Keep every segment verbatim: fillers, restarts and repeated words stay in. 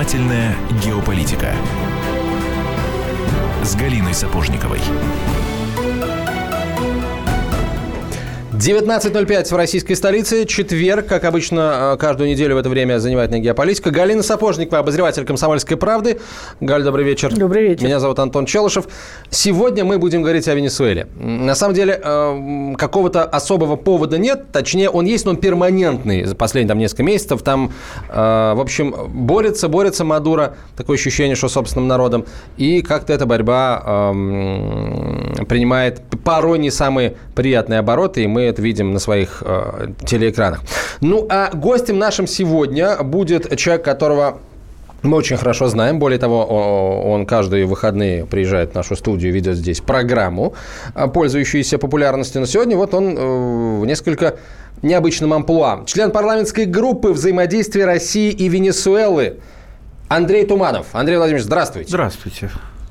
Занимательная геополитика с Галиной Сапожниковой. девятнадцать ноль пять в российской столице. Четверг, как обычно, каждую неделю в это время занимательная геополитика. Галина Сапожникова, обозреватель «Комсомольской правды». Галь, добрый вечер. Добрый вечер. Меня зовут Антон Челышев. Сегодня мы будем говорить о Венесуэле. На самом деле, какого-то особого повода нет. Точнее, он есть, но он перманентный за последние там, несколько месяцев. Там, в общем, борется, борется Мадуро. Такое ощущение, что собственным народом. И как-то эта борьба принимает порой не самые приятные обороты. И мы это видим на своих э, телеэкранах. Ну, а гостем нашим сегодня будет человек, которого мы очень хорошо знаем. Более того, он каждые выходные приезжает в нашу студию, ведет здесь программу, пользующуюся популярностью. Но сегодня вот он э, в несколько необычном амплуа. Член парламентской группы взаимодействия России и Венесуэлы Андрей Туманов. Андрей Владимирович, здравствуйте. Здравствуйте.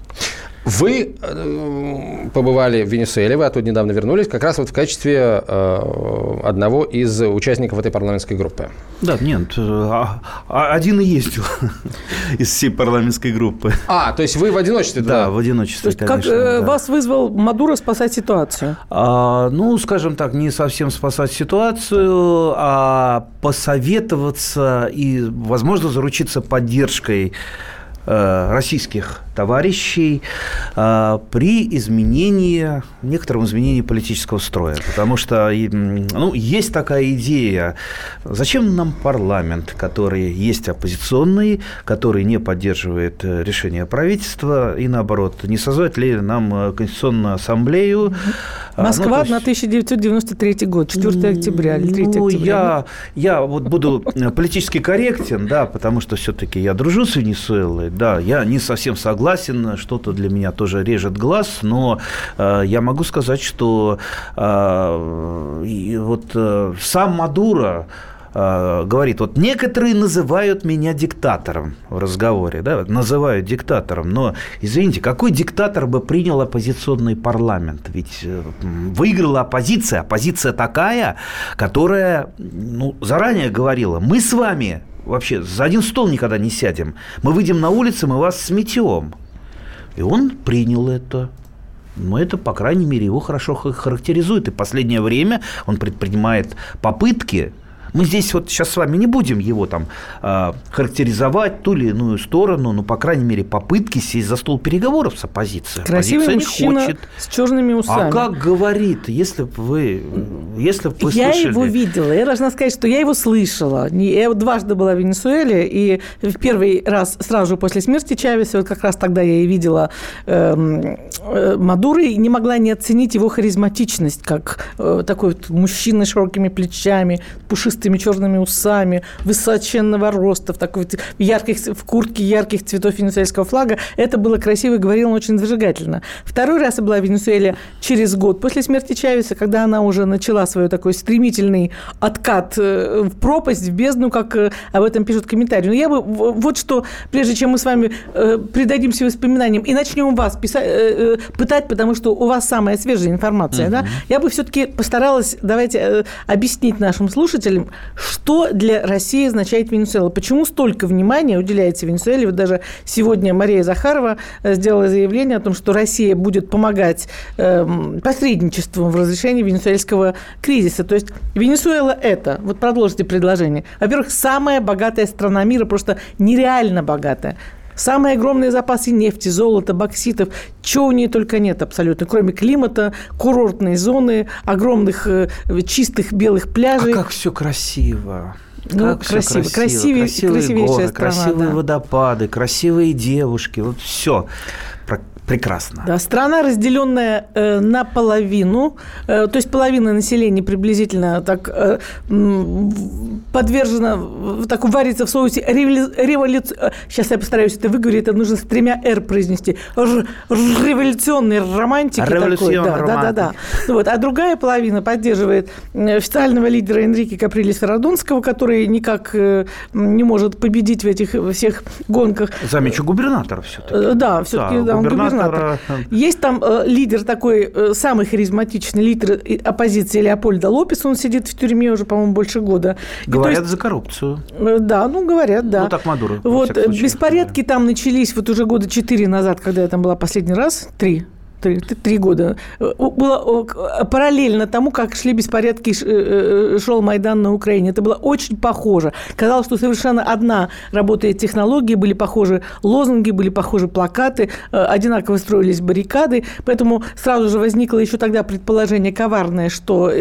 Вы э, побывали в Венесуэле, вы оттуда недавно вернулись, как раз вот в качестве э, одного из участников этой парламентской группы. Да, нет, а, один и ездил из всей парламентской группы. А, то есть вы в одиночестве туда? Да, в одиночестве, то есть, конечно. Как э, да. вас вызвал Мадуро спасать ситуацию? А, ну, скажем так, не совсем спасать ситуацию, а посоветоваться и, возможно, заручиться поддержкой российских товарищей э, при изменении, некотором изменении политического строя. Потому что ну, есть такая идея, зачем нам парламент, который есть оппозиционный, который не поддерживает решение правительства, и наоборот, не созвать ли нам Конституционную ассамблею. Москва ну, есть... на тысяча девятьсот девяносто третий год, четвёртого октября или третьего ну, октября. Я, я вот буду политически корректен, да, потому что все-таки я дружу с Венесуэлой, да, я не совсем согласен, что-то для меня тоже режет глаз, но э, я могу сказать, что э, и вот э, сам Мадуро э, говорит, вот некоторые называют меня диктатором в разговоре, да, называют диктатором, но, извините, какой диктатор бы принял оппозиционный парламент? Ведь э, выиграла оппозиция, оппозиция такая, которая ну, заранее говорила, мы с вами вообще за один стол никогда не сядем. Мы выйдем на улицу, мы вас сметем. И он принял это. Но это, по крайней мере, его хорошо характеризует. И в последнее время он предпринимает попытки. Мы здесь вот сейчас с вами не будем его там э, характеризовать ту или иную сторону, но, по крайней мере, попытки сесть за стол переговоров с оппозицией. Красивый Оппозиция мужчина не хочет. с черными усами. А как говорит, если бы вы, если бы вы я слышали... его видела. Я должна сказать, что я его слышала. Я дважды была в Венесуэле, и в первый раз сразу же после смерти Чавеса, вот как раз тогда я и видела э, э, Мадуро, и не могла не оценить его харизматичность, как э, такой вот мужчина с широкими плечами, пушистым черными усами, высоченного роста, в такой в, ярких, в куртке ярких цветов венесуэльского флага. Это было красиво и говорило очень зажигательно. Второй раз я была в Венесуэле через год после смерти Чавеса, когда она уже начала свой такой стремительный откат в пропасть, в бездну, как об этом пишут комментарии. Но я бы вот что, прежде чем мы с вами предадимся воспоминаниям и начнем вас писать, пытать, потому что у вас самая свежая информация, mm-hmm. да, я бы все-таки постаралась, давайте, объяснить нашим слушателям, что для России означает Венесуэла? Почему столько внимания уделяется Венесуэле? Вот даже сегодня Мария Захарова сделала заявление о том, что Россия будет помогать э, посредничеством в разрешении венесуэльского кризиса. То есть Венесуэла – это, вот продолжите предложение, во-первых, самая богатая страна мира, просто нереально богатая. Самые огромные запасы нефти, золота, бокситов, чего у нее только нет абсолютно, кроме климата, курортной зоны, огромных э, чистых белых пляжей. А как все красиво. Ну, как красиво, все красиво. красивее, Красивые красивейшая горы, страна, красивые да. водопады, красивые девушки. Вот все прекрасно. Да, страна, разделенная э, наполовину, э, то есть половина населения приблизительно так э, подвержена, так варится в соусе революции. Сейчас я постараюсь это выговорить, это нужно с тремя «р» произнести. Р- революционной романтики такой. Да, да, да, да. Вот. А другая половина поддерживает официального лидера Энрике Каприлеса Родонского, который никак э, не может победить в этих всех гонках. Замечу, губернатор все-таки. Да, все-таки да, да, он губернатор. губернатор. Есть там э, лидер такой, э, самый харизматичный лидер оппозиции Леопольдо Лопес, он сидит в тюрьме уже, по-моему, больше года. Говорят, и, есть, за коррупцию. Э, да, ну, говорят, да. Ну, так Мадуро. Вот, беспорядки там начались вот уже года четыре назад, когда я там была последний раз, три. Три, три года. Было параллельно тому, как шли беспорядки, шел Майдан на Украине. Это было очень похоже. Казалось, что совершенно одна работает технология, были похожи лозунги, были похожи плакаты, одинаково строились баррикады. Поэтому сразу же возникло еще тогда предположение коварное, что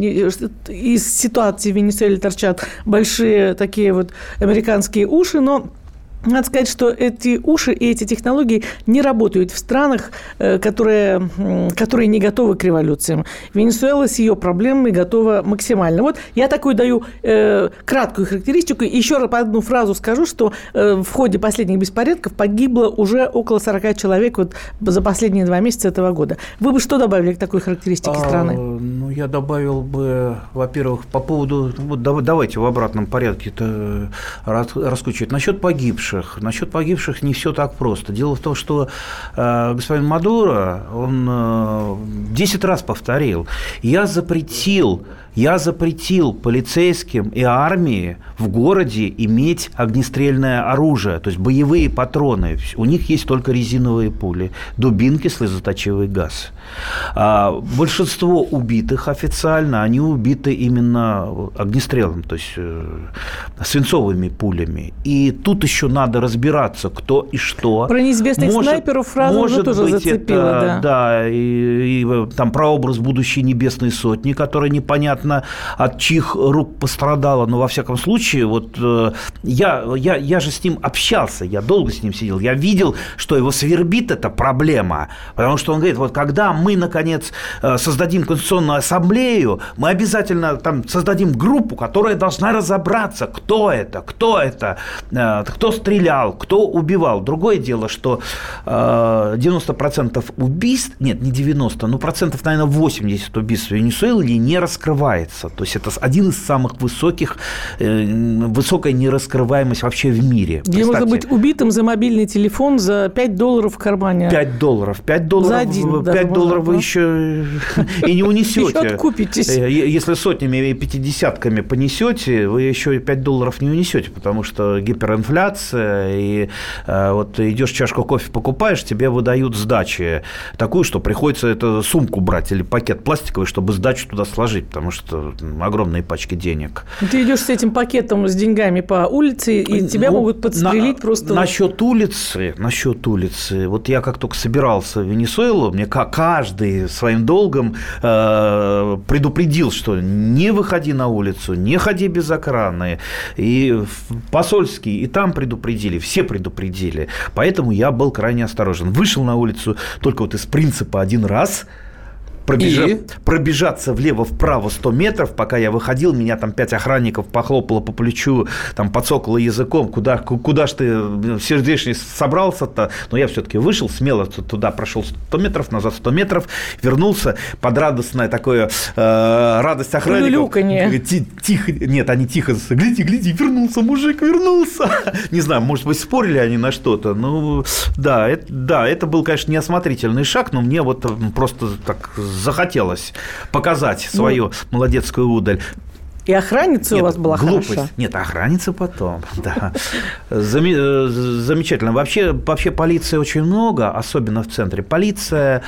из ситуации в Венесуэле торчат большие такие вот американские уши, но надо сказать, что эти уши и эти технологии не работают в странах, которые, которые не готовы к революциям. Венесуэла с ее проблемами готова максимально. Вот я такую даю э, краткую характеристику. Еще раз одну фразу скажу, что э, в ходе последних беспорядков погибло уже около сорок человек вот за последние два месяца этого года. Вы бы что добавили к такой характеристике а, страны? Ну, я добавил бы, во-первых, по поводу... Вот давайте в обратном порядке это раскручивать. Насчет погибших. Насчет погибших не все так просто. Дело в том, что э, господин Мадуро, он э, десять раз повторил, я запретил, я запретил полицейским и армии в городе иметь огнестрельное оружие, то есть боевые патроны. У них есть только резиновые пули, дубинки, слезоточивый газ. А большинство убитых официально, они убиты именно огнестрелом, то есть э, свинцовыми пулями. И тут еще надо разбираться, кто и что. Про неизвестных может, снайперов фразу уже тоже быть, зацепила. Это, да, да и, и там прообраз будущей Небесной Сотни, которая непонятно от чьих рук пострадала, но во всяком случае, вот э, я, я, я же с ним общался, я долго с ним сидел, я видел, что его свербит эта проблема, потому что он говорит, вот когда мы, наконец, создадим Конституционную ассамблею, мы обязательно там создадим группу, которая должна разобраться, кто это, кто это, кто стрелял, кто убивал. Другое дело, что девяносто процентов убийств, нет, не девяносто, но процентов, наверное, восемьдесят убийств в Венесуэле не раскрывается. То есть это один из самых высоких, высокая нераскрываемость вообще в мире. Где можно быть убитым за мобильный телефон за пять долларов в кармане. пять долларов. пять долларов, за один, пять долларов вы еще и не унесете. Еще откупитесь. Если сотнями и пятидесятками понесете, вы еще и пять долларов не унесете, потому что гиперинфляция, и вот идешь чашку кофе покупаешь, тебе выдают сдачи такую, что приходится эту сумку брать или пакет пластиковый, чтобы сдачу туда сложить, потому что огромные пачки денег. Ты идешь с этим пакетом с деньгами по улице, и тебя ну, могут подстрелить на, просто... Насчет улицы, насчет улицы, вот я как только собирался в Венесуэлу, мне каждый своим долгом э, предупредил, что не выходи на улицу, не ходи без охраны. И посольские и там предупредили, все предупредили. Поэтому я был крайне осторожен. Вышел на улицу только вот из принципа один раз. Пробежа... Пробежаться влево-вправо сто метров, пока я выходил, меня там пять охранников похлопало по плечу, там подсокало языком, куда, куда ж ты сердечный собрался-то, но я все-таки вышел, смело туда прошел сто метров, назад сто метров, вернулся под радостное такое, э, радость охранников. Тихо, нет, они тихо, гляди, гляди, вернулся, мужик, вернулся. Не знаю, может быть, спорили они на что-то, ну, да, это, да, это был, конечно, неосмотрительный шаг, но мне вот просто так захотелось показать свою ну, молодецкую удаль. И охранница Нет, у вас была глупость. хороша? Нет, охранница потом, да. Замечательно. Вообще, вообще полиции очень много, особенно в центре. Полиция,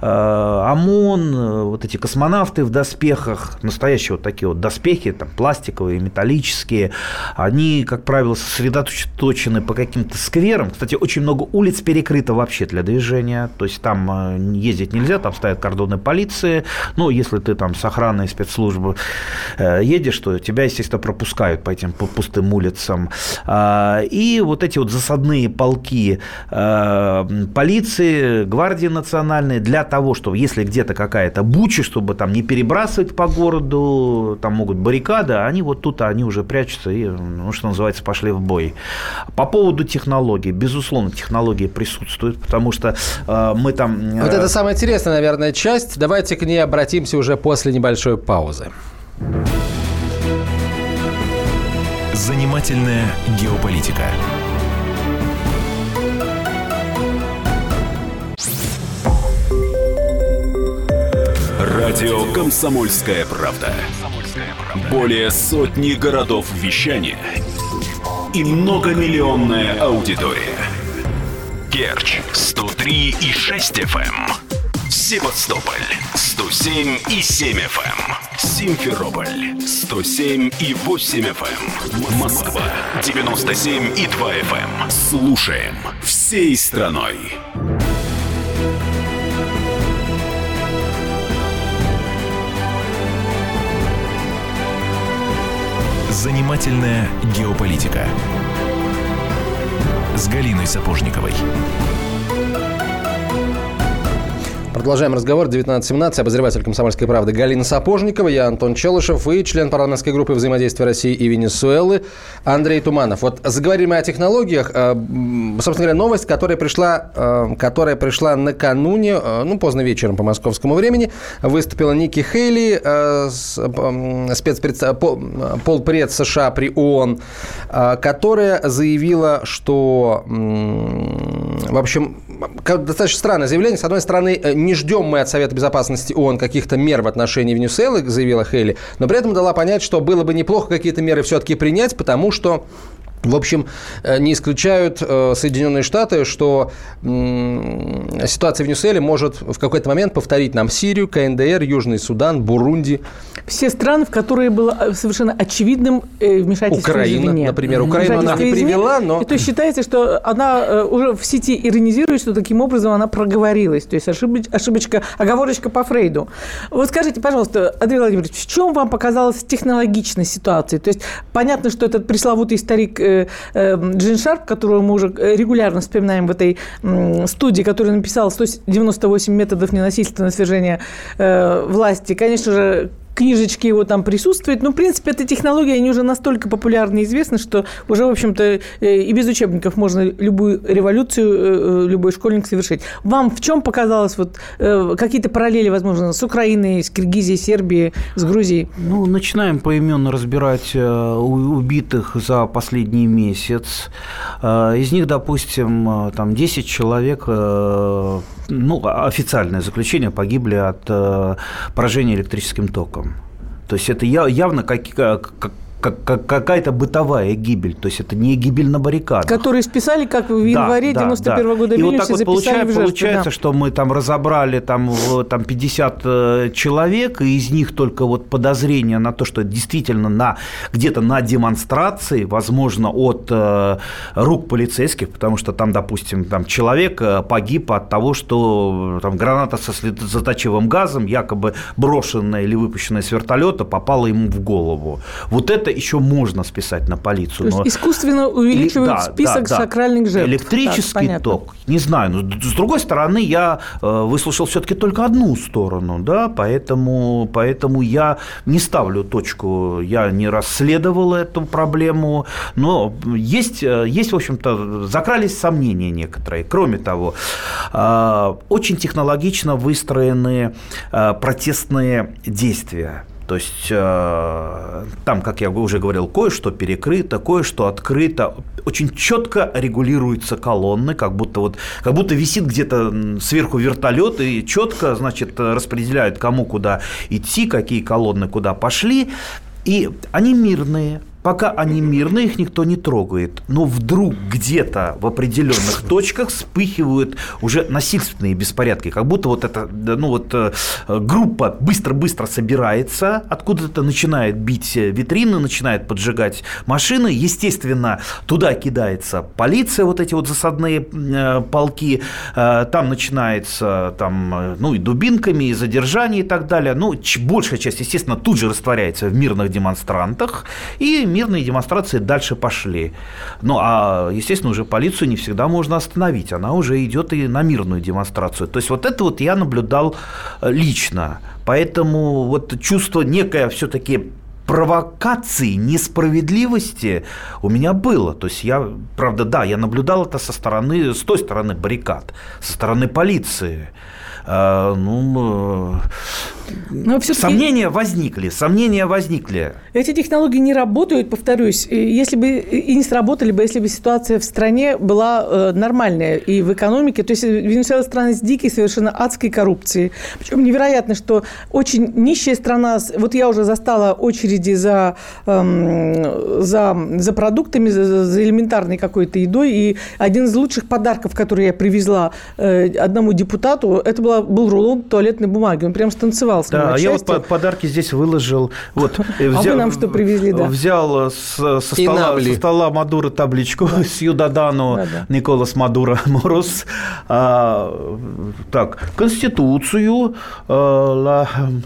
ОМОН, вот эти космонавты в доспехах, настоящие вот такие вот доспехи, там, пластиковые, металлические, они, как правило, сосредоточены по каким-то скверам. Кстати, очень много улиц перекрыто вообще для движения, то есть там ездить нельзя, там стоят кордоны полиции. Ну, если ты там с охраной спецслужбы едешь, что тебя, естественно, пропускают по этим пустым улицам. И вот эти вот засадные полки полиции, гвардии национальной, для того, чтобы, если где-то какая-то буча, чтобы там не перебрасывать по городу, там могут баррикады, они вот тут, они уже прячутся и, ну, что называется, пошли в бой. По поводу технологий, безусловно, технологии присутствуют, потому что мы там... Вот это самая интересная, наверное, часть. Давайте к ней обратимся уже после небольшой паузы. Занимательная геополитика. Радио «Комсомольская правда». Более сотни городов вещания и многомиллионная аудитория. Керчь сто три и шесть эф эм, Севастополь сто семь и семь эф эм, Симферополь сто семь и восемь эф эм, Москва девяносто семь и два эф эм. Слушаем всей страной. Занимательная геополитика с Галиной Сапожниковой. Продолжаем разговор. девятнадцать семнадцать. Обозреватель «Комсомольской правды» Галина Сапожникова. Я Антон Челышев. И член парламентской группы взаимодействия России и Венесуэлы Андрей Туманов. Вот заговорим мы о технологиях. Собственно говоря, новость, которая пришла, которая пришла накануне, ну, поздно вечером по московскому времени, выступила Ники Хейли, спецпред... полпред США при ООН, которая заявила, что, в общем, достаточно странное заявление. С одной стороны, не ждем мы от Совета Безопасности ООН каких-то мер в отношении Венесуэлы, заявила Хейли, но при этом дала понять, что было бы неплохо какие-то меры все-таки принять, потому что, в общем, не исключают Соединенные Штаты, что ситуация в Венесуэле может в какой-то момент повторить нам Сирию, ка эн дэ эр, Южный Судан, Бурунди. Все страны, в которые было совершенно очевидным вмешательство Украина, извне. например. Украину она не привела, но... И то есть считается, что она уже в сети иронизирует, что таким образом она проговорилась. То есть ошибоч, ошибочка, оговорочка по Фрейду. Вот скажите, пожалуйста, Андрей Владимирович, в чем вам показалась технологичность ситуации? То есть понятно, что этот пресловутый старик Джин Шарп, которого мы уже регулярно вспоминаем в этой студии, который написал сто девяносто восемь методов ненасильственного свержения власти, конечно же, книжечки его там присутствуют. Но, в принципе, эта технология, они уже настолько популярны и известны, что уже, в общем-то, и без учебников можно любую революцию, любой школьник совершить. Вам в чем показалось вот какие-то параллели, возможно, с Украиной, с Киргизией, Сербией, с Грузией? Ну, начинаем поименно разбирать убитых за последний месяц. Из них, допустим, там десять человек, ну, официальное заключение, погибли от поражения электрическим током. То есть это явно как, как, как, какая-то бытовая гибель, то есть это не гибель на баррикадах. Которые списали, как в январе да, девяносто первого да, года в Вильнюсе, вот записали получается, в жертву. Получается, да. что мы там разобрали там, там пятьдесят человек, и из них только вот подозрение на то, что действительно на, где-то на демонстрации, возможно, от э, рук полицейских, потому что там, допустим, там человек погиб от того, что там граната со слезоточивым газом, якобы брошенная или выпущенная с вертолета, попала ему в голову. Вот это еще можно списать на полицию. То но... есть искусственно увеличивают да, список да, да. сакральных жертв. Электрический так, ток, не знаю. Но с другой стороны, я выслушал все-таки только одну сторону, да, поэтому, поэтому я не ставлю точку, я не расследовал эту проблему, но есть, есть в общем-то, закрались сомнения некоторые. Кроме того, очень технологично выстроены протестные действия. То есть там, как я уже говорил, кое-что перекрыто, кое-что открыто. Очень четко регулируются колонны, как будто, вот, как будто висит где-то сверху вертолет, и четко, значит, распределяют, кому куда идти, какие колонны куда пошли. И они мирные. Пока они мирные, их никто не трогает. Но вдруг где-то в определенных точках вспыхивают уже насильственные беспорядки. Как будто вот эта ну вот, группа быстро-быстро собирается, откуда-то начинает бить витрины, начинает поджигать машины. Естественно, туда кидается полиция, вот эти вот засадные полки. Там начинается там, ну, и дубинками, и задержания, и так далее. Ну, большая часть, естественно, тут же растворяется в мирных демонстрантах. И мирные демонстрации дальше пошли. Ну, а, естественно, уже полицию не всегда можно остановить. Она уже идет и на мирную демонстрацию. То есть, вот это вот я наблюдал лично. Поэтому вот чувство некое все-таки провокации, несправедливости у меня было. То есть, я, правда, да, я наблюдал это со стороны, с той стороны баррикад, со стороны полиции. Ну, сомнения возникли, сомнения возникли. Эти технологии не работают, повторюсь, если бы и не сработали бы, если бы ситуация в стране была нормальная и в экономике. То есть Венесуэла страна с дикой, совершенно адской коррупцией. Причем невероятно, что очень нищая страна. Вот я уже застала очереди за, эм, за, за продуктами, за, за элементарной какой-то едой. И один из лучших подарков, который я привезла э, одному депутату, это была, был рулон туалетной бумаги. Он прям станцевал с ним. Да, я вот подарки здесь выложил. Вот, взял, а вы нам что привезли, да? Взял с, со, стола, со стола Мадуро табличку да. «Сьюдадану да, да. Николас Мадуро Морос». А, так, Конституцию а,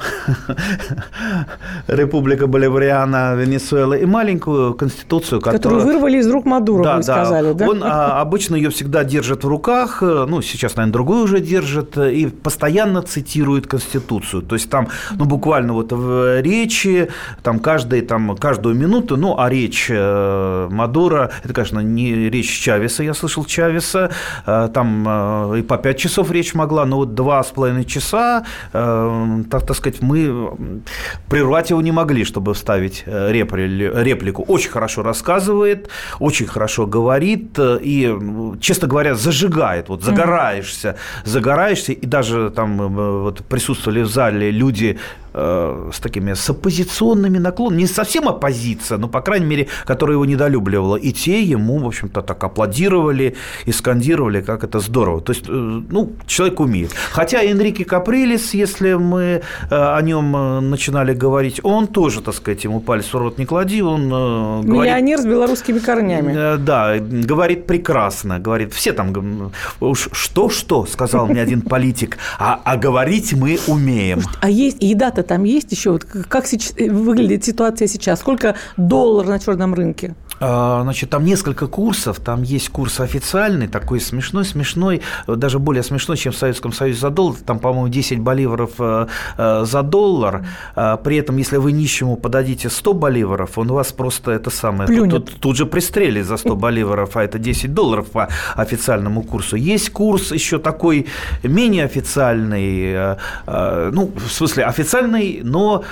Республика Боливариана Венесуэлы и маленькую Конституцию, которую... Которую вырвали из рук Мадуро, да, вы да. сказали, да? Он а, обычно ее всегда держит в руках, ну, сейчас, наверное, другую уже держит, и постоянно цитирует Конституцию. То есть там, ну, буквально вот в речи, там, каждый, там, каждую минуту, ну, а речь Мадуро, это, конечно, не речь Чавеса, я слышал Чавеса, там и по пять часов речь могла, но вот два с половиной часа, так, так сказать, мы прервать его не могли, чтобы вставить реплику. Очень хорошо рассказывает, очень хорошо говорит и, честно говоря, зажигает, вот загораешься, загораешься, и даже там вот присутствовали в зале люди с такими с оппозиционными наклонами, не совсем оппозиция, но, по крайней мере, которая его недолюбливала, и те ему, в общем-то, так аплодировали и скандировали, как это здорово. То есть, ну, человек умеет. Хотя Энрике Каприлес, если мы о нем начинали говорить, он тоже, так сказать, ему палец в рот не клади, он говорит... Миллионер с белорусскими корнями. Да, говорит прекрасно, говорит, все там, уж что-что, сказал мне один политик, а, а говорить мы умеем. А есть еда-то там есть еще? Вот как сейчас, выглядит ситуация сейчас? Сколько долларов на черном рынке? Значит, там несколько курсов. Там есть курс официальный, такой смешной-смешной, даже более смешной, чем в Советском Союзе за доллар. Там, по-моему, десять боливаров за доллар. При этом, если вы нищему подадите сто боливаров, он вас просто это самое... Тут, тут же пристрелит за сто боливаров, а это десять долларов по официальному курсу. Есть курс еще такой менее официальный, ну, в смысле, официальный, но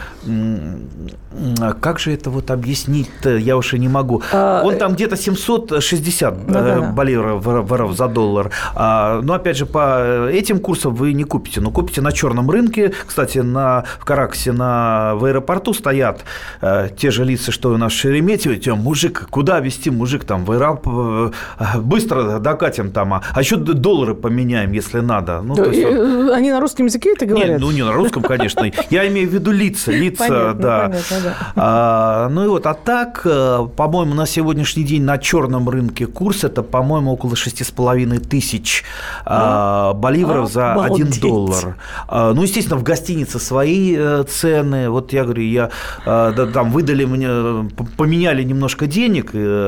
как же это вот объяснить-то, я уж и не могу. Он там где-то семьсот шестьдесят ну, боливаров за доллар. Но, опять же, по этим курсам вы не купите. Но купите на черном рынке. Кстати, на, в Каракасе на, в аэропорту стоят те же лица, что и у нас в Шереметьево. Тем, мужик, куда везти, мужик, там, в аэропорт, быстро докатим там, а еще доллары поменяем, если надо. Ну, да, то есть, вот... Они на русском языке это говорят? Нет, ну, не на русском, конечно. Я имею в виду лица. лица понятно, да. понятно, да. А, ну и вот, а так, по-моему, на сегодняшний день на черном рынке курс это, по-моему, около шести с половиной тысяч а, боливаров а, за один доллар. А, ну, естественно, в гостинице свои цены. Вот я говорю, я да, там выдали мне, поменяли немножко денег,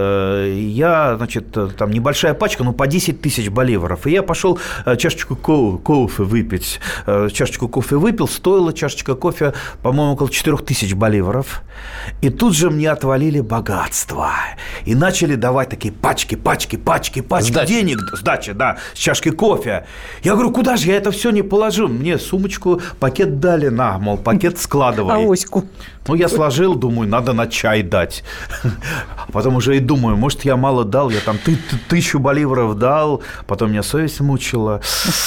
и я, значит, там небольшая пачка, ну, по десять тысяч боливаров. И я пошел чашечку ко- кофе выпить. Чашечку кофе выпил, стоила чашечка кофе, по-моему, около четырех тысяч боливаров. И тут же мне отвалили богатство. И начали давать такие пачки, пачки, пачки, пачки сдачи. денег, сдачи, да, с чашки кофе. Я говорю, куда же я это все не положу? Мне сумочку, пакет дали, на, мол, пакет складывай. Авоську. Ну, я сложил, думаю, надо на чай дать. Потом уже и думаю, может, я мало дал, я там ты, ты, тысячу боливаров дал, потом меня совесть мучила.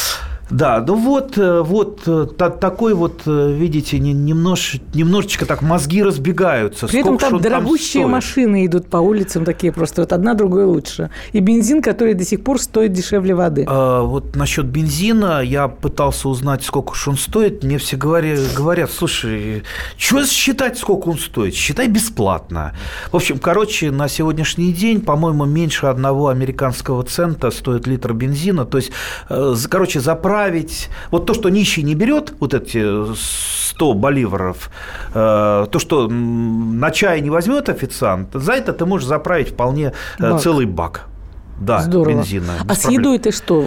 Да, ну вот, вот та, такой вот, видите, немнож, немножечко так мозги разбегаются. При этом там дорогущие там машины идут по улицам такие просто, вот одна другой лучше. И бензин, который до сих пор стоит дешевле воды. А, вот насчет бензина я пытался узнать, сколько уж он стоит. Мне все говорят, говорят, слушай, что считать, сколько он стоит? Считай бесплатно. В общем, короче, на сегодняшний день, по-моему, меньше одного американского цента стоит литр бензина. То есть, короче, заправить. Вот то, что нищий не берет, вот эти сто боливаров, то, что на чай не возьмет официант, за это ты можешь заправить вполне бак. целый бак. Да, здорово. Бензина. А с едой ты что?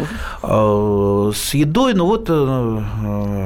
С едой, ну вот, ну,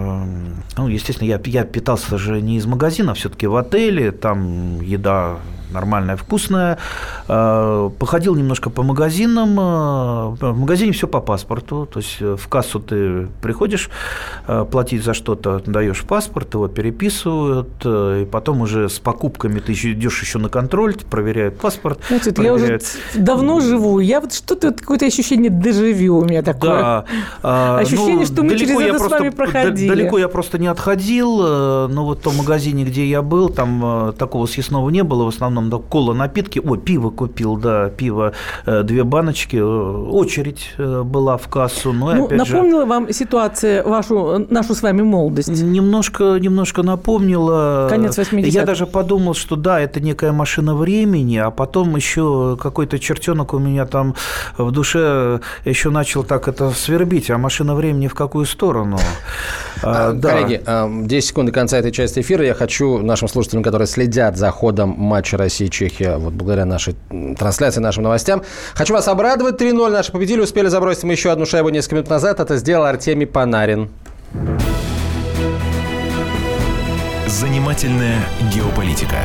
естественно, я, я питался же не из магазина, а все-таки в отеле, там еда нормальная, вкусная. Походил немножко по магазинам. В магазине все по паспорту. То есть в кассу ты приходишь платить за что-то, даешь паспорт, его переписывают, и потом уже с покупками ты идешь еще на контроль, проверяют паспорт. Знаете, проверяют... я уже давно живу. Я вот что-то, вот какое-то ощущение дежавю у меня такое. Да. Ощущение, ну, что мы через это просто, с вами проходили. Далеко я просто не отходил. Но вот в том магазине, где я был, там такого съестного не было. В основном да, кола, напитки. О, пиво купил, да, пиво, две баночки. Очередь была в кассу. Но, ну, опять напомнила же, вам ситуация вашу, нашу с вами молодость? Немножко, немножко напомнила. Конец восьмидесятых. Я даже подумал, что да, это некая машина времени, а потом еще какой-то чертенок у меня там в душе еще начал так это свербить. А машина времени в какую сторону? А, да. Коллеги, десять секунд до конца этой части эфира. Я хочу нашим слушателям, которые следят за ходом матча Россия-Чехия, вот благодаря нашей трансляции, нашим новостям, хочу вас обрадовать. три ноль наши победили, успели забросить мы еще одну шайбу несколько минут назад. Это сделал Артемий Панарин. Занимательная геополитика.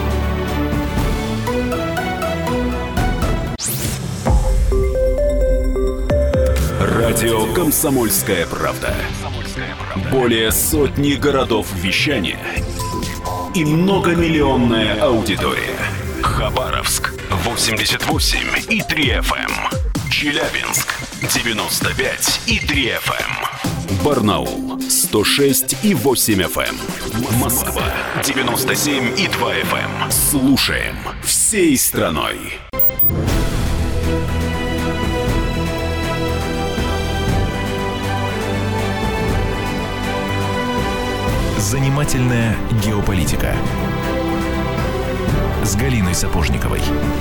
Радио «Комсомольская правда». Более сотни городов вещания и многомиллионная аудитория. Хабаровск восемьдесят восемь и три эф эм. Челябинск девяносто пять и три эф эм. Барнаул сто шесть и восемь эф эм. Москва девяносто семь и два эф эм. Слушаем всей страной. Занимательная геополитика с Галиной Сапожниковой.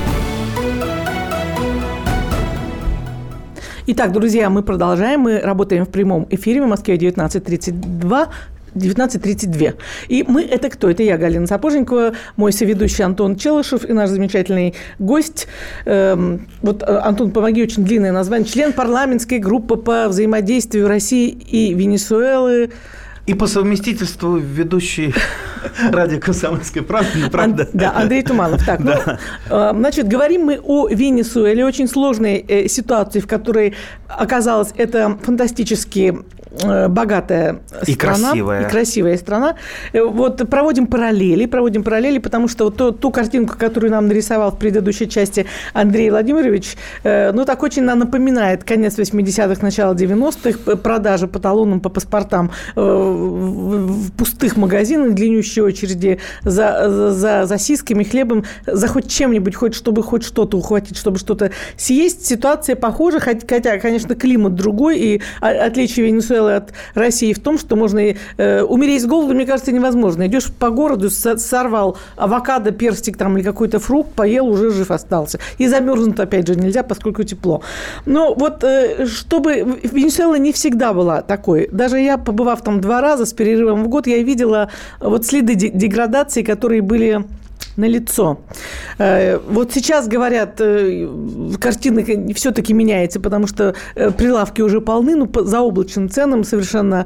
Итак, друзья, мы продолжаем. Мы работаем в прямом эфире в Москве девятнадцать тридцать два. девятнадцать тридцать два. И мы – это кто? Это я, Галина Сапожникова, мой соведущий Антон Челышев и наш замечательный гость. Эм, вот, Антон, помоги, очень длинное название. Член парламентской группы по взаимодействию России и Венесуэлы. И по совместительству ведущий радио «Комсомольская правда», правда? Ан- да, Андрей Туманов. Так, да. ну, значит, говорим мы о Венесуэле, очень сложной э, ситуации, в которой оказалась эта фантастически э, богатая и страна. Красивая. И красивая страна. Э, вот проводим параллели, проводим параллели, потому что вот ту, ту картинку, которую нам нарисовал в предыдущей части Андрей Владимирович, э, ну, так очень нам напоминает конец восьмидесятых, начало девяностых, продажи по талонам, по паспортам э, в пустых магазинах, длиннющие очереди за, за, за, за сиськами, хлебом, за хоть чем-нибудь, хоть чтобы хоть что-то ухватить, чтобы что-то съесть. Ситуация похожа, хотя, конечно, климат другой, и отличие Венесуэлы от России в том, что можно э, умереть с голоду, мне кажется, невозможно. Идешь по городу, сорвал авокадо, персик там, или какой-то фрукт, поел, уже жив остался. И замерзнуть, опять же, нельзя, поскольку тепло. Но вот э, чтобы... Венесуэла не всегда была такой. Даже я, побывав там два раза с перерывом в год, я видела вот следы деградации, которые были налицо. Вот сейчас, говорят, картина все-таки меняется, потому что прилавки уже полны, но по заоблачным ценам совершенно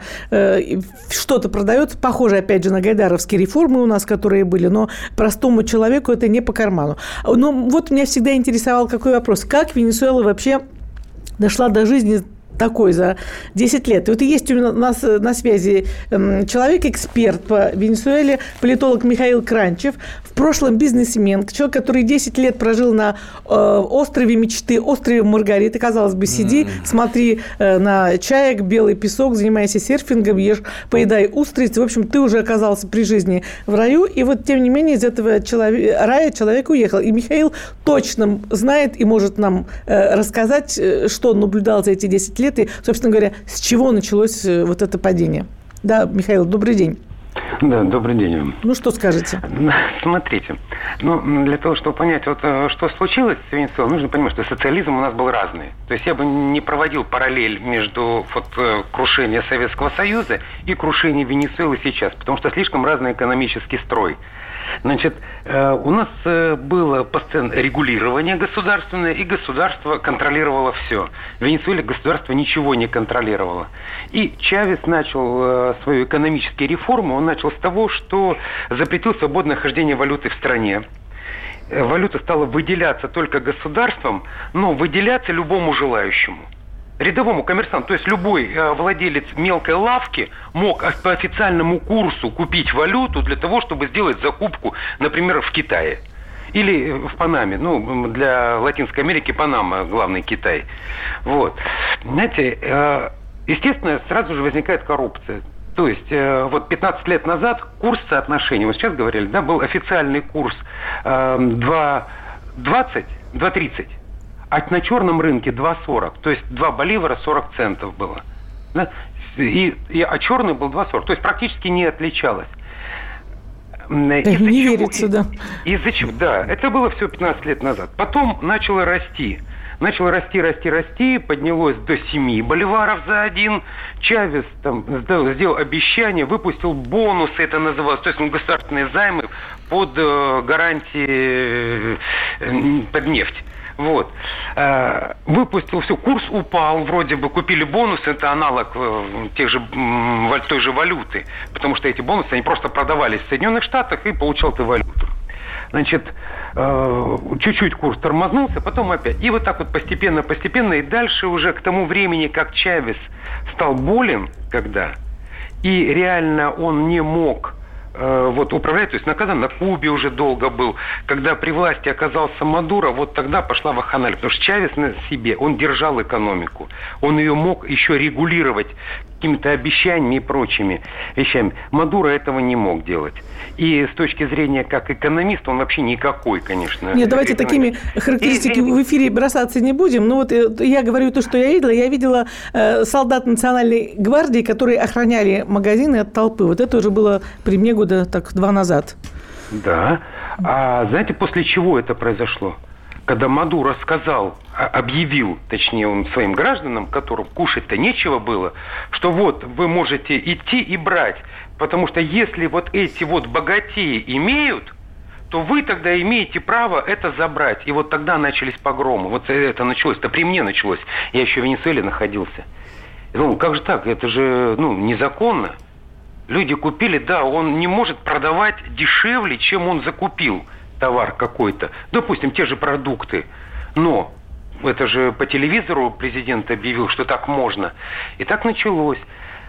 что-то продается. Похоже, опять же, на гайдаровские реформы у нас, которые были, но простому человеку это не по карману. Но вот меня всегда интересовал какой вопрос. Как Венесуэла вообще дошла до жизни такой за десять лет. И вот есть у нас на связи человек-эксперт по Венесуэле, политолог Михаил Кранчев, в прошлом бизнесмен, человек, который десять лет прожил на э, острове мечты, острове Маргариты. Казалось бы, сиди, mm. смотри э, на чаек, белый песок, занимайся серфингом, ешь, поедай устрицы. В общем, ты уже оказался при жизни в раю. И вот, тем не менее, из этого человек, рая человек уехал. И Михаил точно знает и может нам э, рассказать, что он наблюдал за эти десять лет. И, собственно говоря, с чего началось вот это падение. Да, Михаил, добрый день. Да, добрый день вам. Ну, что скажете? Смотрите, ну, для того, чтобы понять, вот, что случилось с Венесуэлой, нужно понимать, что социализм у нас был разный. То есть я бы не проводил параллель между вот, крушением Советского Союза и крушением Венесуэлы сейчас, потому что слишком разный экономический строй. Значит, у нас было постоянно регулирование государственное, и государство контролировало все. В Венесуэле государство ничего не контролировало. И Чавес начал свою экономические реформы, он начал с того, что запретил свободное хождение валюты в стране. валюта стала выделяться только государством, но выделяться любому желающему. Рядовому коммерсанту, то есть любой э, владелец мелкой лавки мог по официальному курсу купить валюту для того, чтобы сделать закупку, например, в Китае. Или в Панаме. Ну, для Латинской Америки Панама главный Китай. Вот. Знаете, э, естественно, сразу же возникает коррупция. То есть, э, вот пятнадцать лет назад курс соотношения, вот сейчас говорили, да, был официальный курс э, два двадцать, два тридцать. А на черном рынке два сорок. То есть два боливара сорок центов было. Да? И, и, а черный был два сорок. То есть практически не отличалось. Да, из-за не чего, верится, да. Из-за чего? Да, это было все пятнадцать лет назад. Потом начало расти. Начало расти, расти, расти, поднялось до семи боливаров за один. Чавес там сделал обещание, выпустил бонусы, это называлось, то есть ну, государственные займы под э, гарантии э, под нефть. Вот. Выпустил все, курс упал, вроде бы купили бонусы, это аналог тех же, той же валюты, потому что эти бонусы, они просто продавались в Соединенных Штатах и получал ты валюту. Значит, чуть-чуть курс тормознулся, потом опять. И вот так вот постепенно, постепенно, и дальше уже к тому времени, как Чавес стал болен, когда, и реально он не мог вот управлять, то есть наказан на Кубе уже долго был, когда при власти оказался Мадуро, вот тогда пошла вакханалия, потому что Чавес на себе, он держал экономику, он ее мог еще регулировать какими-то обещаниями и прочими вещами. Мадуро этого не мог делать. И с точки зрения как экономиста, он вообще никакой, конечно. Нет, давайте такими характеристиками в эфире бросаться не будем. Ну вот я говорю то, что я видела. Я видела э, солдат Национальной гвардии, которые охраняли магазины от толпы. Вот это уже было при мне года так два назад. Да. А знаете, после чего это произошло? Когда Мадуро сказал, объявил, точнее он своим гражданам, которым кушать-то нечего было, что вот вы можете идти и брать, потому что если вот эти вот богатеи имеют, то вы тогда имеете право это забрать. И вот тогда начались погромы. Вот это началось, это при мне началось. Я еще в Венесуэле находился. Ну, как же так? Это же, ну, незаконно. Люди купили, да, он не может продавать дешевле, чем он закупил товар какой-то. Допустим, те же продукты. Но это же по телевизору президент объявил, что так можно. И так началось.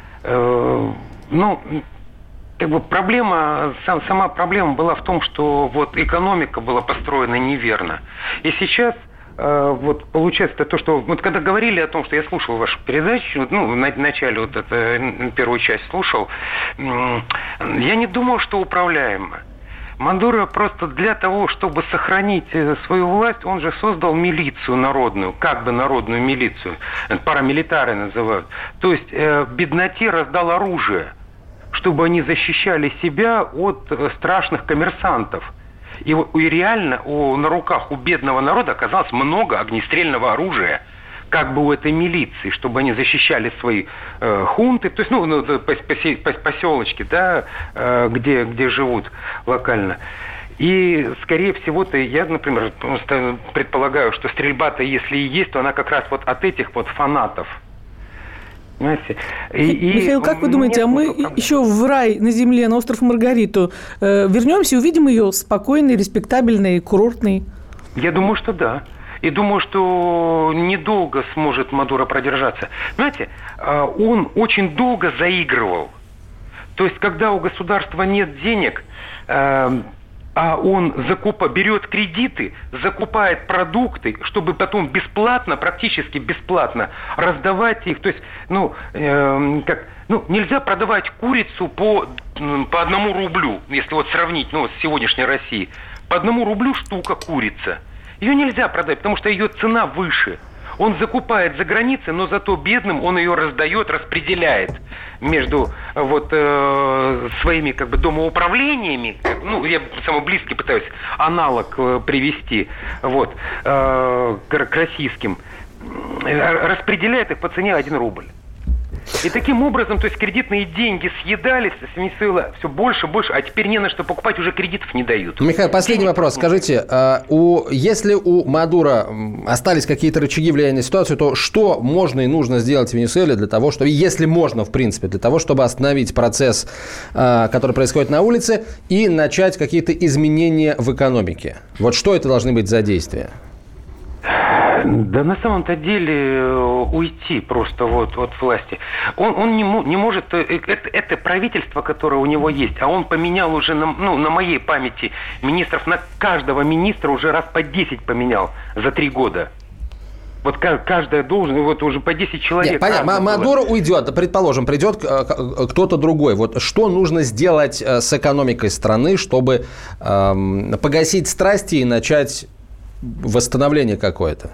Э, ну, как бы проблема, сам, сама проблема была в том, что вот экономика была построена неверно. И сейчас э, вот получается то, что вот когда говорили о том, что я слушал вашу передачу, ну, в начале вот это, первую часть слушал, э, я не думал, что управляемо. Мадуро просто для того, чтобы сохранить свою власть, он же создал милицию народную, как бы народную милицию, парамилитары называют. То есть э, бедноте раздал оружие, чтобы они защищали себя от э, страшных коммерсантов. И, и реально у, на руках у бедного народа оказалось много огнестрельного оружия, как бы у этой милиции, чтобы они защищали свои э, хунты, то есть, ну, ну поселочки, да, э, где, где живут локально. И, скорее всего-то, я, например, предполагаю, что стрельба-то, если и есть, то она как раз вот от этих вот фанатов. Понимаете? И, Михаил, как вы думаете, а мы проблем. еще в рай на земле, на остров Маргариту э, вернемся и увидим ее спокойной, респектабельной, курортной? Я думаю, что да. И думаю, что недолго сможет Мадуро продержаться. Знаете, он очень долго заигрывал. То есть, когда у государства нет денег, а он закупа, берет кредиты, закупает продукты, чтобы потом бесплатно, практически бесплатно раздавать их. То есть, ну, э, как, ну нельзя продавать курицу по, по одному рублю, если вот сравнить ну, с сегодняшней Россией. По одному рублю штука курица. Ее нельзя продать, потому что ее цена выше. Он закупает за границей, но зато бедным он ее раздает, распределяет между вот э, своими как бы домоуправлениями. Ну, я самый близкий пытаюсь аналог э, привести вот, э, к, к российским. Распределяет их по цене один рубль. И таким образом, то есть кредитные деньги съедались с Венесуэлы все больше, больше, а теперь не на что покупать, уже кредитов не дают. Михаил, последний Денег вопрос. Скажите, а, у, если у Мадуро остались какие-то рычаги влияния на ситуацию, то что можно и нужно сделать в Венесуэле для того, чтобы, если можно, в принципе, для того, чтобы остановить процесс, а, который происходит на улице, и начать какие-то изменения в экономике? Вот что это должны быть за действия? Да на самом-то деле уйти просто вот от власти. Он, он не, не может... Это, это правительство, которое у него есть, а он поменял уже, на, ну, на моей памяти, министров, на каждого министра уже раз по десять поменял за три года. Вот каждая должность, вот уже по десять человек. Нет, понятно, Мадуро уйдет, предположим, придет кто-то другой. Вот что нужно сделать с экономикой страны, чтобы эм, погасить страсти и начать восстановление какое-то?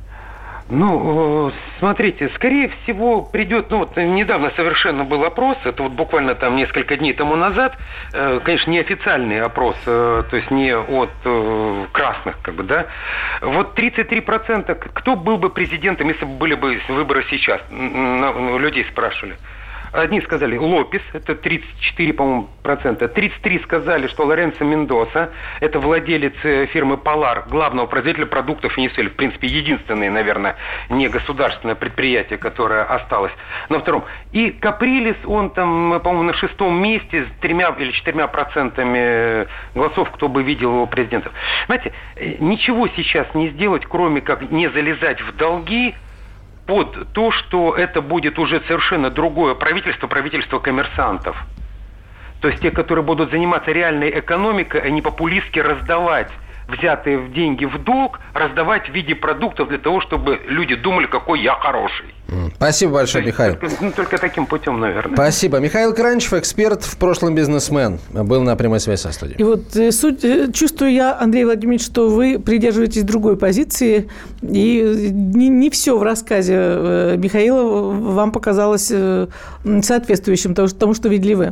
Ну, смотрите, скорее всего придет, ну вот недавно совершенно был опрос, это вот буквально там несколько дней тому назад, э, конечно, неофициальный опрос, э, то есть не от э, красных, как бы, да, вот тридцать три процента, кто был бы президентом, если бы были бы выборы сейчас, на, на, людей спрашивали. Одни сказали Лопес, это тридцать четыре, по-моему, процента. тридцать три сказали, что Лоренцо Мендоса, это владелец фирмы Polar, главного производителя продуктов Венесуэлы. В принципе, единственное, наверное, негосударственное предприятие, которое осталось на втором. И Каприлес, он там, по-моему, на шестом месте с тремя или четырьмя процентами голосов, кто бы видел его президентом. Знаете, ничего сейчас не сделать, кроме как не залезать в долги, под то, что это будет уже совершенно другое правительство, правительство коммерсантов. То есть те, которые будут заниматься реальной экономикой, а не популистски раздавать взятые в деньги в долг, раздавать в виде продуктов для того, чтобы люди думали, какой я хороший. Спасибо большое, Михаил. Только, ну, только таким путем, наверное. Спасибо. Михаил Кранчев, эксперт, в прошлом бизнесмен, был на прямой связи со студией. И вот суть, чувствую я, Андрей Владимирович, что вы придерживаетесь другой позиции, и не, не все в рассказе Михаила вам показалось соответствующим тому, что видели вы.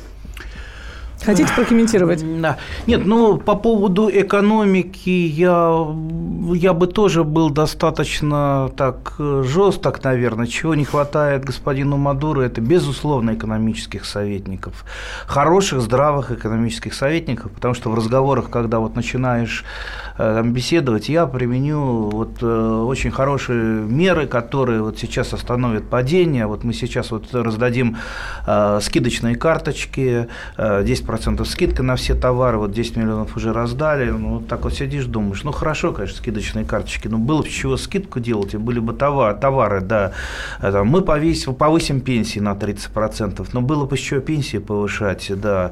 Хотите прокомментировать? Да. Нет, ну, по поводу экономики я, я бы тоже был достаточно так жесток, наверное. Чего не хватает господину Мадуро, это, безусловно, экономических советников. Хороших, здравых экономических советников, потому что в разговорах, когда вот начинаешь э, там, беседовать, я применю вот, э, очень хорошие меры, которые вот сейчас остановят падение. Вот мы сейчас вот раздадим э, скидочные карточки, э, десять процентов скидка на все товары, вот десять миллионов уже раздали, ну, вот так вот сидишь, думаешь, ну, хорошо, конечно, скидочные карточки, но было бы с чего скидку делать, и были бы товары, товары да, там, мы повесим, повысим пенсии на тридцать процентов, но было бы с чего пенсии повышать, да,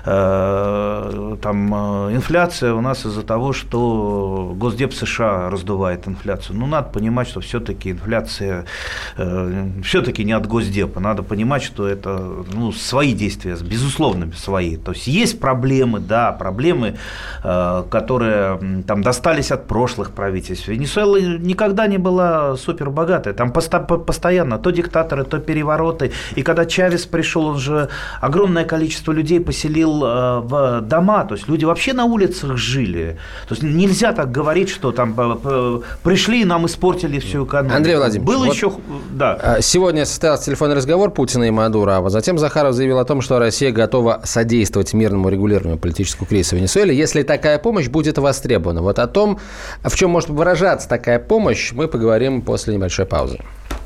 э, там, инфляция у нас из-за того, что Госдеп США раздувает инфляцию, ну, надо понимать, что все-таки инфляция, э, все-таки не от Госдепа, надо понимать, что это, ну, свои действия, безусловно, свои. То есть есть проблемы, да, проблемы, э, которые там достались от прошлых правительств. Венесуэла никогда не была супербогатой. Там поста- постоянно то диктаторы, то перевороты. И когда Чавес пришел, он же огромное количество людей поселил э, в дома. То есть люди вообще на улицах жили. То есть нельзя так говорить, что там э, пришли и нам испортили всю экономику. Андрей Владимирович, Было вот еще, да. Сегодня состоялся телефонный разговор Путина и Мадуро, а затем Захаров заявил о том, что Россия готова содействовать мирному регулированию политического кризиса в Венесуэле, если такая помощь будет востребована. Вот о том, в чем может выражаться такая помощь, мы поговорим после небольшой паузы.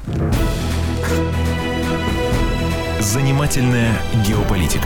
Занимательная геополитика.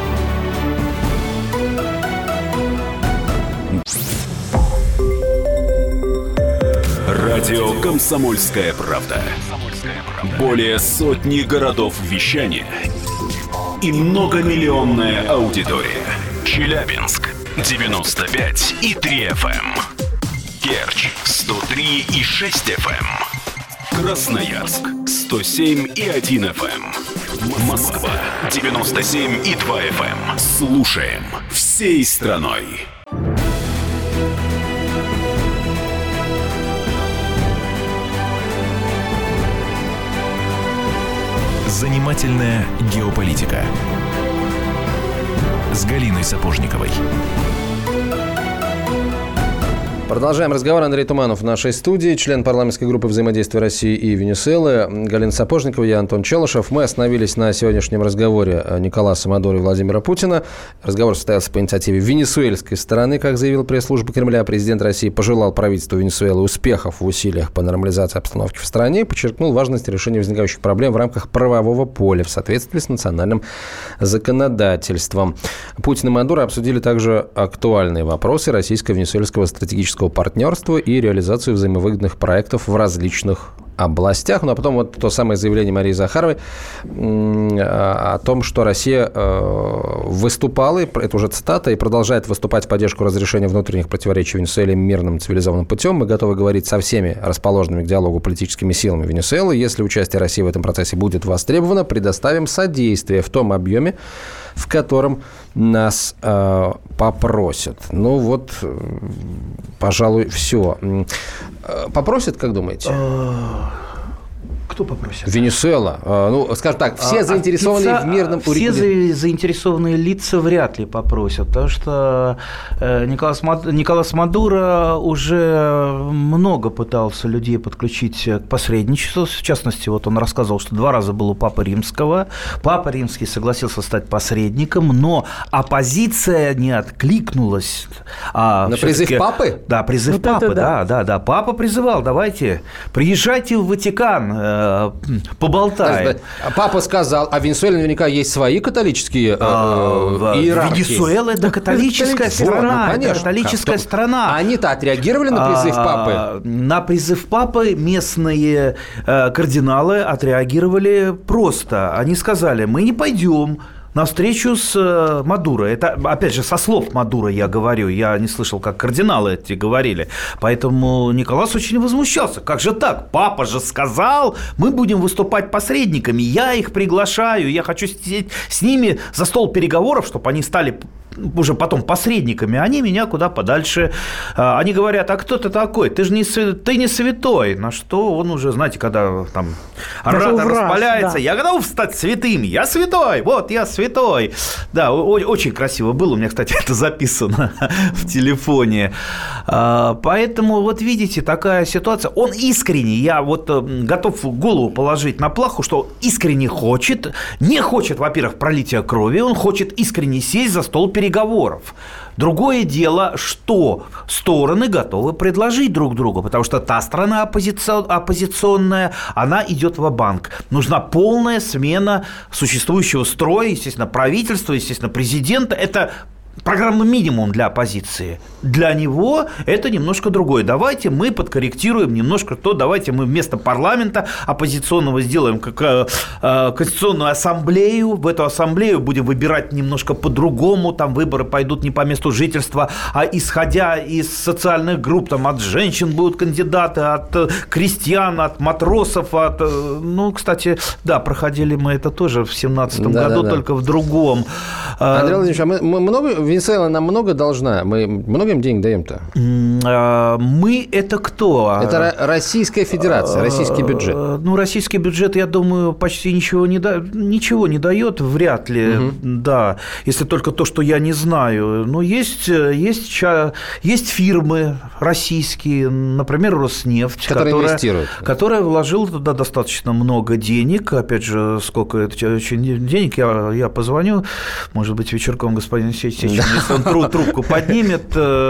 Радио «Комсомольская правда». Более сотни городов вещания и многомиллионная аудитория. Челябинск девяносто пять и три эф эм, Керчь сто три и шесть эф эм, Красноярск сто семь и один эф эм, Москва девяносто семь и два эф эм. Слушаем всей страной. Занимательная геополитика с Галиной Сапожниковой. Продолжаем разговор. Андрей Туманов в нашей студии, член парламентской группы взаимодействия России и Венесуэлы, Галина Сапожникова, я Антон Челышев. Мы остановились на сегодняшнем разговоре Николаса Мадуро и Владимира Путина. Разговор состоялся по инициативе венесуэльской стороны, как заявила пресс-служба Кремля. Президент России пожелал правительству Венесуэлы успехов в усилиях по нормализации обстановки в стране и подчеркнул важность решения возникающих проблем в рамках правового поля в соответствии с национальным законодательством. Путин и Мадуро обсудили также актуальные вопросы российско-венесуэльского стратегического партнерства и реализацию взаимовыгодных проектов в различных областях. Ну, а потом вот то самое заявление Марии Захаровой о том, что Россия выступала, это уже цитата, и продолжает выступать в поддержку разрешения внутренних противоречий в Венесуэле мирным цивилизованным путем. Мы готовы говорить со всеми расположенными к диалогу политическими силами Венесуэлы. Если участие России в этом процессе будет востребовано, предоставим содействие в том объеме, в котором нас э, попросят. Ну вот, пожалуй, все. Попросят, как думаете? Кто попросит? Венесуэла. Ну, скажем так, все а, заинтересованные офици... в мирном урегулировании. Все заинтересованные лица вряд ли попросят, потому что Николас, Мад... Николас Мадуро уже много пытался людей подключить к посредничеству. В частности, вот он рассказывал, что два раза был у Папы Римского. Папа Римский согласился стать посредником, но оппозиция не откликнулась. А на призыв Папы? Да, призыв вот Папы, да, да, да, да. Папа призывал, давайте, приезжайте в Ватикан, поболтаем. Папа сказал, а в Венесуэле наверняка есть свои католические а, иерархии. Венесуэла – это католическая страна. Вот, ну, конечно. Католическая как, страна. А они-то отреагировали на призыв Папы? А, на призыв Папы местные э, кардиналы отреагировали просто. Они сказали, мы не пойдем на встречу с Мадуро. Это, опять же, со слов Мадуро я говорю. Я не слышал, как кардиналы эти говорили. Поэтому Николас очень возмущался. Как же так? Папа же сказал, мы будем выступать посредниками. Я их приглашаю. Я хочу сидеть с ними за стол переговоров, чтобы они стали уже потом посредниками. Они меня куда подальше. Они говорят, а кто ты такой? Ты же не, ты не святой. На что он уже, знаете, когда там оратор распаляется, да. Я готов стать святым. Я святой. Вот, я святой. Да, очень красиво было. У меня, кстати, это записано в телефоне. Поэтому, вот видите, такая ситуация. Он искренне, я вот готов голову положить на плаху, что искренне хочет, не хочет, во-первых, пролития крови, он хочет искренне сесть за стол переговоров. переговоров. Другое дело, что стороны готовы предложить друг другу, потому что та страна оппозиционная, она идет ва-банк. Нужна полная смена существующего строя, естественно, правительства, естественно, президента. Это программа минимум для оппозиции. Для него это немножко другое. Давайте мы подкорректируем немножко то, давайте мы вместо парламента оппозиционного сделаем как конституционную ассамблею. В эту ассамблею будем выбирать немножко по-другому. Там выборы пойдут не по месту жительства, а исходя из социальных групп. Там от женщин будут кандидаты, от крестьян, от матросов. От... Ну, кстати, да, проходили мы это тоже в семнадцатом да, году, да, да. только в другом. Андрей Владимирович, а мы, мы много... Венесуэла нам много должна? Мы много им денег даем-то? Мы – это кто? Это Российская Федерация, российский бюджет. Ну, российский бюджет, я думаю, почти ничего не, да... ничего не дает, вряд ли, угу. да, если только то, что я не знаю. Но есть, есть, есть фирмы российские, например, Роснефть, которые которая, инвестируют. Которая вложила туда достаточно много денег. Опять же, сколько это очень денег, я, я позвоню, может быть, вечерком господин Сеч если он трубку поднимет.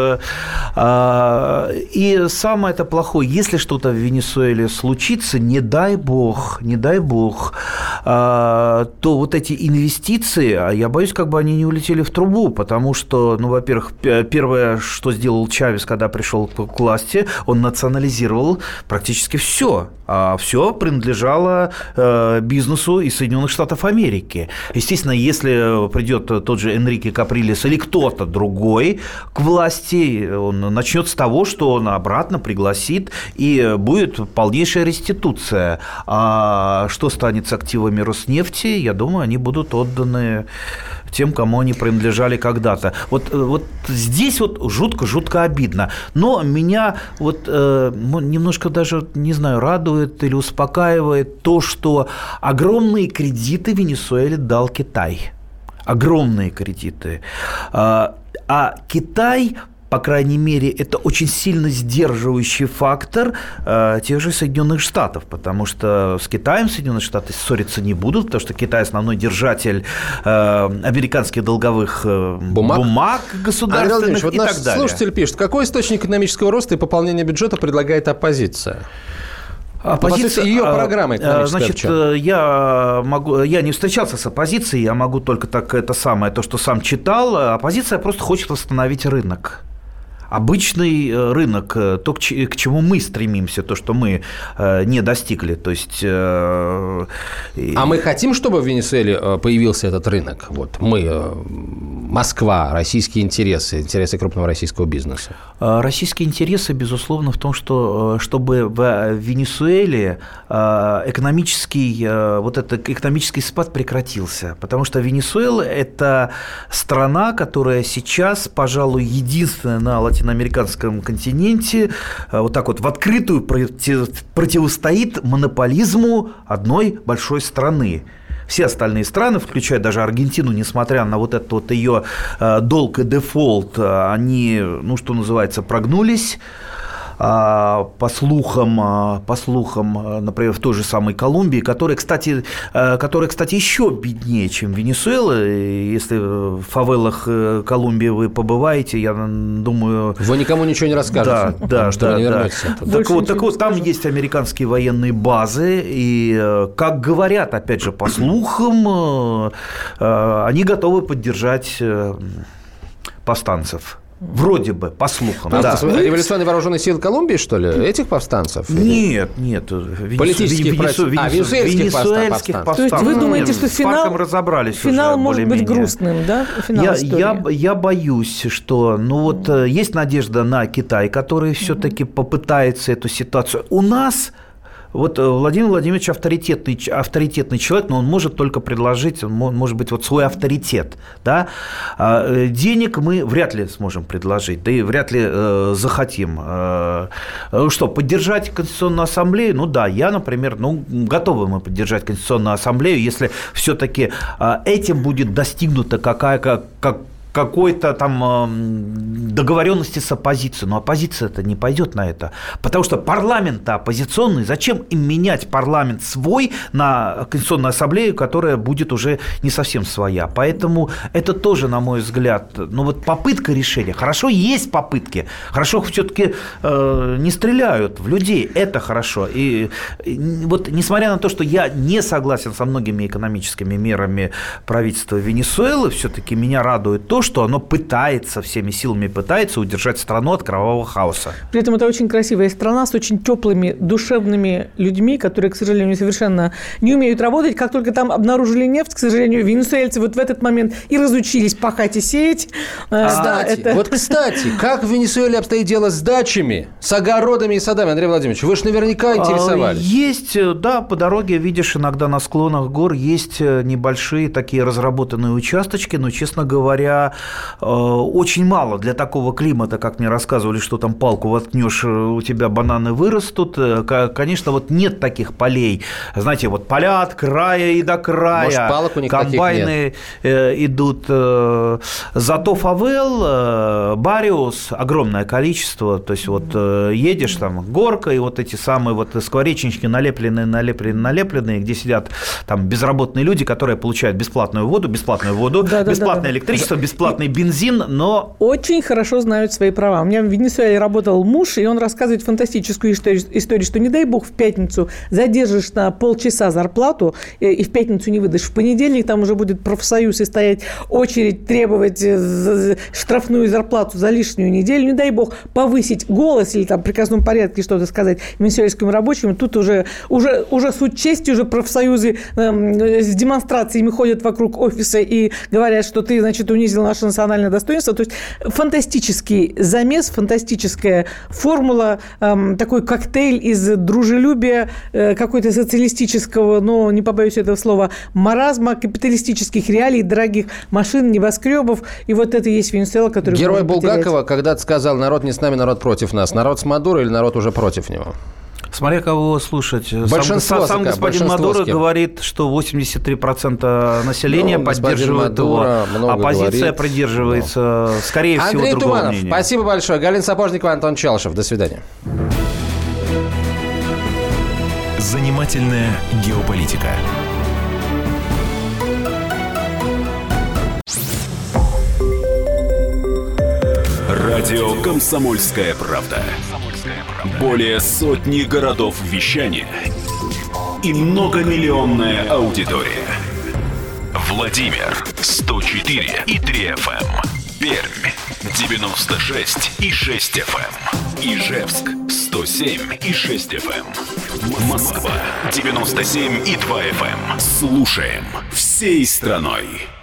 И самое это плохое, если что-то в Венесуэле случится, не дай бог, не дай бог, то вот эти инвестиции, я боюсь, как бы они не улетели в трубу, потому что, ну, во-первых, первое, что сделал Чавес, когда пришел к власти, он национализировал практически все. А все принадлежало бизнесу из Соединенных Штатов Америки. Естественно, если придет тот же Энрике Каприлес или кто-то другой к власти, он начнет с того, что он обратно пригласит, и будет полнейшая реституция. А что станет с активами Роснефти, я думаю, они будут отданы тем, кому они принадлежали когда-то. Вот, вот здесь вот жутко-жутко обидно. Но меня вот э, немножко даже, не знаю, радует или успокаивает то, что огромные кредиты Венесуэле дал Китай. Огромные кредиты. А, а Китай по крайней мере, это очень сильно сдерживающий фактор э, тех же Соединенных Штатов, потому что с Китаем Соединенные Штаты ссориться не будут, потому что Китай основной держатель э, американских долговых э, бумаг, бумаг государственных вот и так далее. Слушатель пишет, какой источник экономического роста и пополнения бюджета предлагает оппозиция? Оппозиция, ее программа экономическая. Значит, я, могу, я не встречался с оппозицией, я могу только так это самое, то, что сам читал. Оппозиция просто хочет восстановить рынок. Обычный рынок, то, к чему мы стремимся, то, что мы не достигли. То есть, а мы хотим, чтобы в Венесуэле появился этот рынок? Вот мы, Москва, российские интересы, интересы крупного российского бизнеса. Российские интересы, безусловно, в том, что чтобы в Венесуэле экономический, вот этот экономический спад прекратился. Потому что Венесуэла – это страна, которая сейчас, пожалуй, единственная на Латиноамериканском на американском континенте вот так вот в открытую противостоит монополизму одной большой страны. Все остальные страны, включая даже Аргентину, несмотря на вот этот вот ее долг и дефолт, они, ну, что называется, прогнулись. По слухам, по слухам, например, в той же самой Колумбии, которая, кстати, которая, кстати, еще беднее, чем Венесуэла. Если в фавелах Колумбии вы побываете, я думаю... Вы никому ничего не расскажете. Да, да, что да. Не да. Так вот, так вот там есть американские военные базы, и, как говорят, опять же, по слухам, они готовы поддержать повстанцев. Вроде бы, по слухам. А да. Революционные вооруженные силы Колумбии, что ли? Этих повстанцев? Нет, нет. Политических венесу... Венесу... а, венесуэльских повстанцев. То есть вы думаете, что финал, разобрались финал уже, может быть грустным, да? Финал я, я, я боюсь, что ну вот mm. есть надежда на Китай, который все-таки mm-hmm. попытается эту ситуацию. У нас... Вот Владимир Владимирович авторитетный, авторитетный человек, но он может только предложить, может быть, вот свой авторитет. Да? Денег мы вряд ли сможем предложить, да и вряд ли э, захотим. Э, что, поддержать Конституционную ассамблею? Ну да, я, например, ну, готовы мы поддержать Конституционную ассамблею, если все-таки э, этим будет достигнута какая, как, как какой-то там договоренности с оппозицией. Но оппозиция-то не пойдет на это. Потому что парламент-то оппозиционный. Зачем им менять парламент свой на Конституционную ассамблею, которая будет уже не совсем своя? Поэтому это тоже, на мой взгляд, ну вот попытка решения. Хорошо, есть попытки. Хорошо, все-таки э, не стреляют в людей. Это хорошо. И, и вот несмотря на то, что я не согласен со многими экономическими мерами правительства Венесуэлы, все-таки меня радует то, что оно пытается, всеми силами пытается удержать страну от кровавого хаоса. При этом это очень красивая страна с очень теплыми, душевными людьми, которые, к сожалению, совершенно не умеют работать. Как только там обнаружили нефть, к сожалению, венесуэльцы вот в этот момент и разучились пахать и сеять. Кстати, это... вот, кстати, как в Венесуэле обстоит дело с дачами, с огородами и садами, Андрей Владимирович? Вы же наверняка интересовались. Есть, да, по дороге, видишь, иногда на склонах гор есть небольшие такие разработанные участочки, но, честно говоря, очень мало для такого климата, как мне рассказывали, что там палку воткнешь, у тебя бананы вырастут. Конечно, вот нет таких полей. Знаете, вот поля от края и до края. Может, палок у них комбайны идут. Зато фавел, барриос огромное количество. То есть вот едешь там горка, и вот эти самые вот скворечнички налепленные, налепленные, налепленные, где сидят там безработные люди, которые получают бесплатную воду, бесплатную воду, да, бесплатное да, да, электричество, бесплатное бесплатный бензин, но... Очень хорошо знают свои права. У меня в Венесуэле работал муж, и он рассказывает фантастическую историю, что, не дай бог, в пятницу задержишь на полчаса зарплату, и в пятницу не выдашь. В понедельник там уже будет профсоюз и стоять очередь, требовать штрафную зарплату за лишнюю неделю. Не дай бог повысить голос или там в приказном порядке что-то сказать венесуэльским рабочим. Тут уже, уже, уже суд чести, уже профсоюзы э, с демонстрациями ходят вокруг офиса и говорят, что ты, значит, унизил наше национальное достоинство. То есть фантастический замес, фантастическая формула, эм, такой коктейль из дружелюбия, э, какой-то социалистического, но не побоюсь этого слова, маразма, капиталистических реалий, дорогих машин, небоскребов. И вот это и есть Венесуэла, который... Герой Булгакова когда-то сказал: народ не с нами, народ против нас. Народ с Мадуро или народ уже против него? Смотря кого слушать. Большинство, сам, сам господин Мадуро говорит, что восемьдесят три процента населения ну, поддерживает его, оппозиция говорит. придерживается, да. скорее Андрей всего, другого Туманов, мнения. Спасибо большое. Галина Сапожникова, Антон Челышев. До свидания. Занимательная геополитика. Радио «Комсомольская правда». Более сотни городов вещания и многомиллионная аудитория. Владимир сто четыре и три эф эм, Пермь девяносто шесть и шесть эф эм, Ижевск сто семь и шесть эф эм, Москва девяносто семь и два эф эм. Слушаем всей страной.